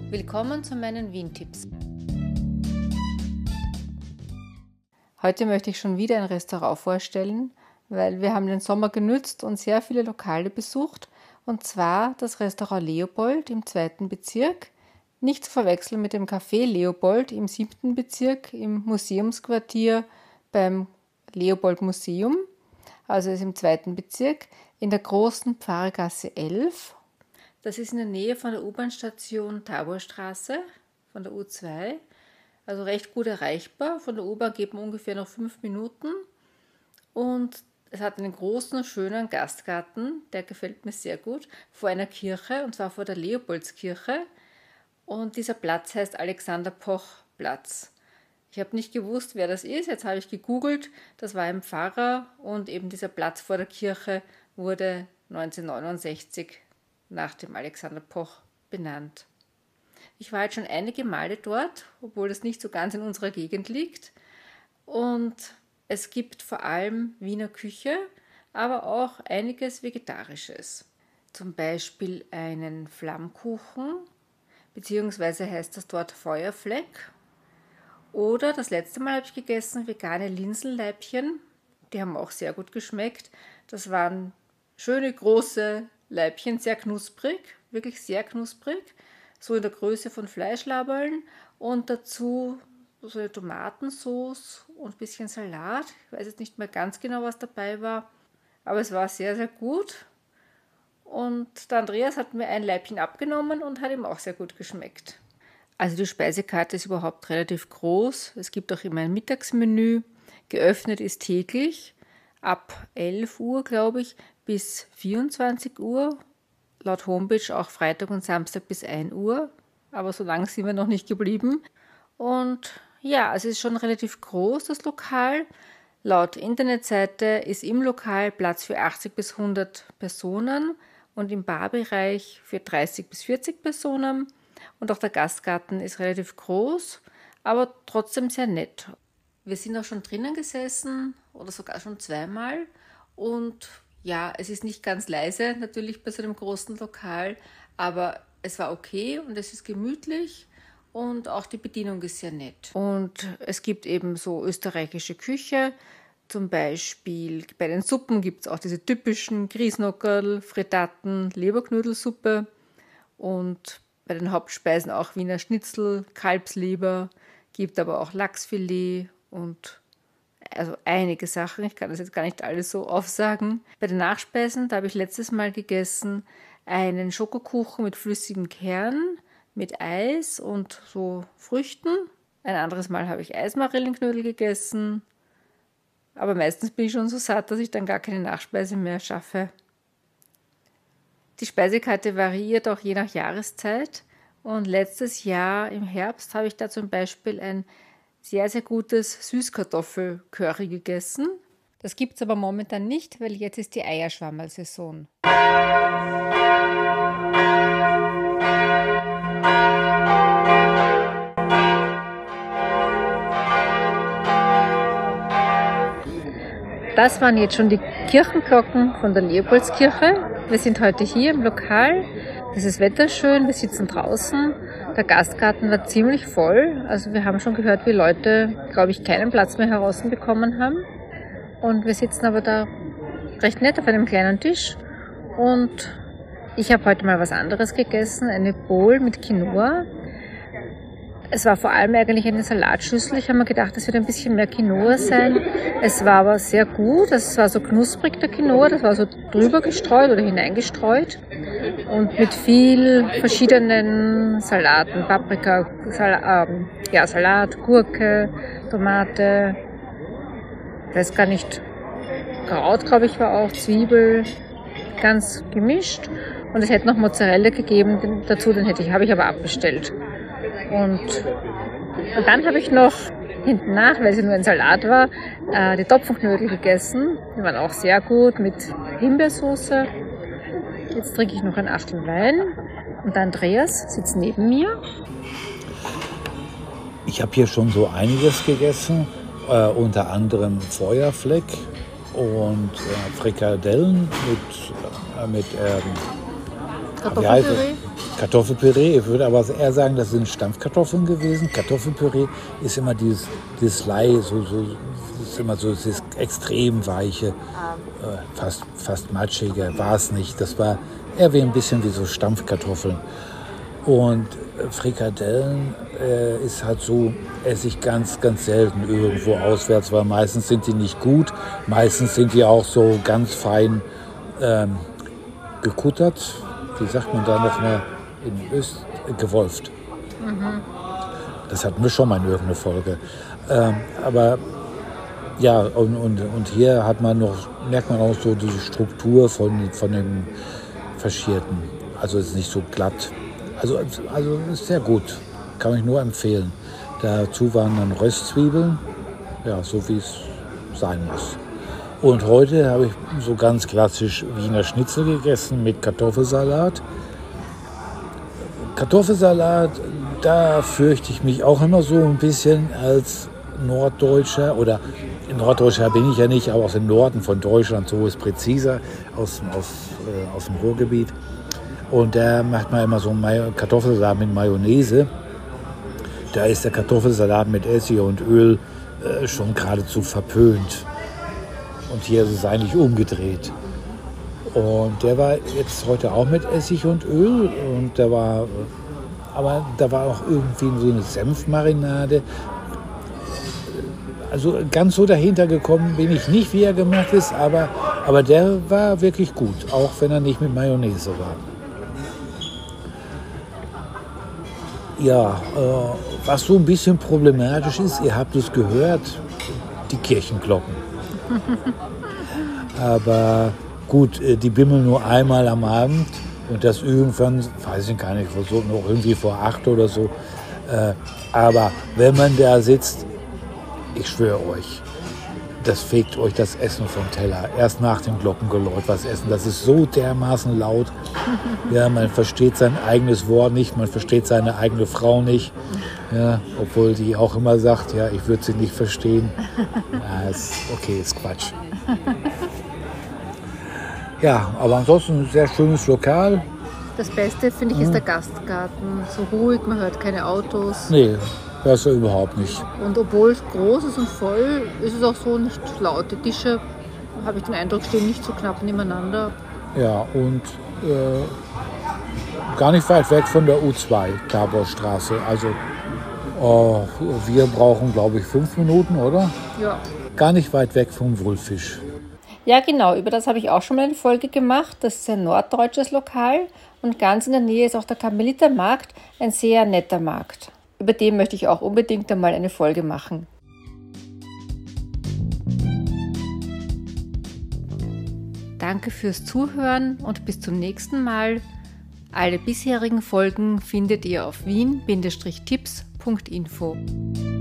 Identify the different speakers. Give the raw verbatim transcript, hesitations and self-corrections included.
Speaker 1: Willkommen zu meinen Wien-Tipps. Heute möchte ich schon wieder ein Restaurant vorstellen, weil wir haben den Sommer genützt und sehr viele Lokale besucht, und zwar das Restaurant Leopold im zweiten Bezirk, nicht zu verwechseln mit dem Café Leopold im siebten Bezirk im Museumsquartier beim Leopold Museum, also ist im zweiten Bezirk, in der großen Pfarrgasse elf. Das ist in der Nähe von der U-Bahn-Station Taborstraße, von der U zwei, also recht gut erreichbar. Von der U-Bahn geht man ungefähr noch fünf Minuten und es hat einen großen, schönen Gastgarten, der gefällt mir sehr gut, vor einer Kirche, und zwar vor der Leopoldskirche. Und dieser Platz heißt Alexander-Poch-Platz. Ich habe nicht gewusst, wer das ist, jetzt habe ich gegoogelt, das war ein Pfarrer und eben dieser Platz vor der Kirche wurde neunzehnhundertneunundsechzig nach dem Alexander Poch benannt. Ich war jetzt schon einige Male dort, obwohl das nicht so ganz in unserer Gegend liegt. Und es gibt vor allem Wiener Küche, aber auch einiges Vegetarisches. Zum Beispiel einen Flammkuchen, beziehungsweise heißt das dort Feuerfleck. Oder das letzte Mal habe ich gegessen vegane Linsenleibchen. Die haben auch sehr gut geschmeckt. Das waren schöne große Leibchen, sehr knusprig, wirklich sehr knusprig, so in der Größe von Fleischlaberln, und dazu so eine Tomatensauce und ein bisschen Salat. Ich weiß jetzt nicht mehr ganz genau, was dabei war, aber es war sehr, sehr gut. Und der Andreas hat mir ein Leibchen abgenommen und hat ihm auch sehr gut geschmeckt. Also die Speisekarte ist überhaupt relativ groß. Es gibt auch immer ein Mittagsmenü. Geöffnet ist täglich ab elf Uhr, glaube ich, bis vierundzwanzig Uhr, laut Homepage auch Freitag und Samstag bis ein Uhr, aber so lange sind wir noch nicht geblieben. Und ja, es ist schon relativ groß, das Lokal. Laut Internetseite ist im Lokal Platz für achtzig bis hundert Personen und im Barbereich für dreißig bis vierzig Personen. Und auch der Gastgarten ist relativ groß, aber trotzdem sehr nett. Wir sind auch schon drinnen gesessen oder sogar schon zweimal, und ja, es ist nicht ganz leise, natürlich bei so einem großen Lokal, aber es war okay und es ist gemütlich und auch die Bedienung ist sehr nett. Und es gibt eben so österreichische Küche, zum Beispiel bei den Suppen gibt es auch diese typischen Grießnockerl, Frittaten, Leberknödelsuppe, und bei den Hauptspeisen auch Wiener Schnitzel, Kalbsleber, gibt aber auch Lachsfilet und also einige Sachen, ich kann das jetzt gar nicht alles so aufsagen. Bei den Nachspeisen, da habe ich letztes Mal gegessen einen Schokokuchen mit flüssigem Kern, mit Eis und so Früchten. Ein anderes Mal habe ich Eismarillenknödel gegessen, aber meistens bin ich schon so satt, dass ich dann gar keine Nachspeise mehr schaffe. Die Speisekarte variiert auch je nach Jahreszeit, und letztes Jahr im Herbst habe ich da zum Beispiel ein sehr, sehr gutes Süßkartoffel-Curry gegessen. Das gibt es aber momentan nicht, weil jetzt ist die Eierschwammerl-Saison. Das waren jetzt schon die Kirchenglocken von der Leopoldskirche. Wir sind heute hier im Lokal. Es ist wetterschön, wir sitzen draußen. Der Gastgarten war ziemlich voll. Also wir haben schon gehört, wie Leute, glaube ich, keinen Platz mehr heraus bekommen haben. Und wir sitzen aber da recht nett auf einem kleinen Tisch. Und ich habe heute mal was anderes gegessen, eine Bowl mit Quinoa. Es war vor allem eigentlich eine Salatschüssel. Ich habe mir gedacht, es wird ein bisschen mehr Quinoa sein. Es war aber sehr gut. Es war so knusprig, der Quinoa. Das war so drüber gestreut oder hineingestreut. Und mit viel verschiedenen Salaten. Paprika, Sal- ähm, ja, Salat, Gurke, Tomate. Ich weiß gar nicht. Kraut, glaube ich, war auch. Zwiebel. Ganz gemischt. Und es hätte noch Mozzarella gegeben den, dazu. Den hätte ich, habe ich aber abbestellt. Und, und dann habe ich noch hinten nach, weil es nur ein Salat war, äh, die Topfenknödel gegessen. Die waren auch sehr gut mit Himbeersoße. Jetzt trinke ich noch einen Achtel Wein. Und der Andreas sitzt neben mir.
Speaker 2: Ich habe hier schon so einiges gegessen, äh, unter anderem Feuerfleck und äh, Frikadellen mit, äh, mit ähm,
Speaker 1: Kartoffelpüree.
Speaker 2: Kartoffelpüree, ich würde aber eher sagen, das sind Stampfkartoffeln gewesen. Kartoffelpüree ist immer dieses, dieses Lei, so, so, das ist immer so dieses extrem weiche, äh, fast, fast matschige, war es nicht. Das war eher wie ein bisschen wie so Stampfkartoffeln. Und Frikadellen äh, ist halt so, esse ich ganz, ganz selten irgendwo auswärts, weil meistens sind die nicht gut. Meistens sind die auch so ganz fein ähm, gekuttert. Wie sagt man da noch mal in Öst gewolft. Mhm. Das hatten wir schon mal in irgendeiner Folge. Ähm, aber ja, und, und, und hier hat man noch, merkt man auch so die Struktur von, von dem Faschierten. Also es ist nicht so glatt. Also, also ist sehr gut, kann ich nur empfehlen. Dazu waren dann Röstzwiebeln, ja, so wie es sein muss. Und heute habe ich so ganz klassisch Wiener Schnitzel gegessen mit Kartoffelsalat. Kartoffelsalat, da fürchte ich mich auch immer so ein bisschen als Norddeutscher. Oder Norddeutscher bin ich ja nicht, aber aus dem Norden von Deutschland, so ist präziser, aus, aus, äh, aus dem Ruhrgebiet. Und da macht man immer so einen Kartoffelsalat mit Mayonnaise. Da ist der Kartoffelsalat mit Essig und Öl äh, schon geradezu verpönt. Und hier ist es eigentlich umgedreht. Und der war jetzt heute auch mit Essig und Öl. Und da war, aber da war auch irgendwie so eine Senfmarinade. Also ganz so dahinter gekommen bin ich nicht, wie er gemacht ist. Aber, aber der war wirklich gut, auch wenn er nicht mit Mayonnaise war. Ja, äh, was so ein bisschen problematisch ist, ihr habt es gehört, die Kirchenglocken. Aber gut, äh, die bimmeln nur einmal am Abend und das irgendwann, weiß ich gar nicht, so noch irgendwie vor acht oder so. Äh, aber wenn man da sitzt, ich schwöre euch, das fegt euch das Essen vom Teller. Erst nach dem Glockengeläut was essen. Das ist so dermaßen laut. Ja, man versteht sein eigenes Wort nicht, man versteht seine eigene Frau nicht. Ja, obwohl die auch immer sagt, ja, ich würde sie nicht verstehen. Ja, ist, okay, ist Quatsch. Ja, aber ansonsten ein sehr schönes Lokal.
Speaker 1: Das Beste, finde ich, ist der Gastgarten. So ruhig, man hört keine Autos.
Speaker 2: Nee, hörst du überhaupt nicht.
Speaker 1: Und obwohl es groß ist und voll, ist es auch so nicht laut. Die Tische, habe ich den Eindruck, stehen nicht so knapp nebeneinander.
Speaker 2: Ja, und äh, gar nicht weit weg von der U zwei, Taborstraße. Also oh, wir brauchen, glaube ich, fünf Minuten, oder?
Speaker 1: Ja.
Speaker 2: Gar nicht weit weg vom Wulfisch.
Speaker 1: Ja, genau, über das habe ich auch schon mal eine Folge gemacht. Das ist ein norddeutsches Lokal und ganz in der Nähe ist auch der Karmelitermarkt, ein sehr netter Markt. Über den möchte ich auch unbedingt einmal eine Folge machen. Danke fürs Zuhören und bis zum nächsten Mal. Alle bisherigen Folgen findet ihr auf wien Bindestrich tipps Punkt info.